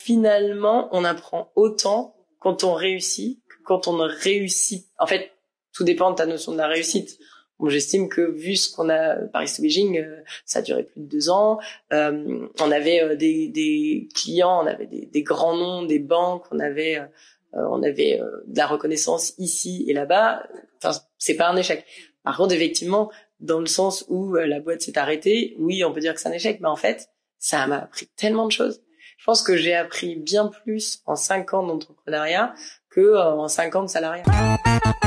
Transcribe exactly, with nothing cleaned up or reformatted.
finalement, on apprend autant quand on réussit que quand on ne réussit. En fait, tout dépend de ta notion de la réussite. Bon, j'estime que vu ce qu'on a Paris to Beijing, euh, ça a duré plus de deux ans. Euh, on avait euh, des, des clients, on avait des, des grands noms, des banques, on avait, euh, on avait euh, de la reconnaissance ici et là-bas. Enfin, c'est pas un échec. Par contre, effectivement, dans le sens où euh, la boîte s'est arrêtée, oui, on peut dire que c'est un échec, mais en fait, ça m'a appris tellement de choses. Je pense que j'ai appris bien plus en cinq ans d'entrepreneuriat que euh, en cinq ans de salariat.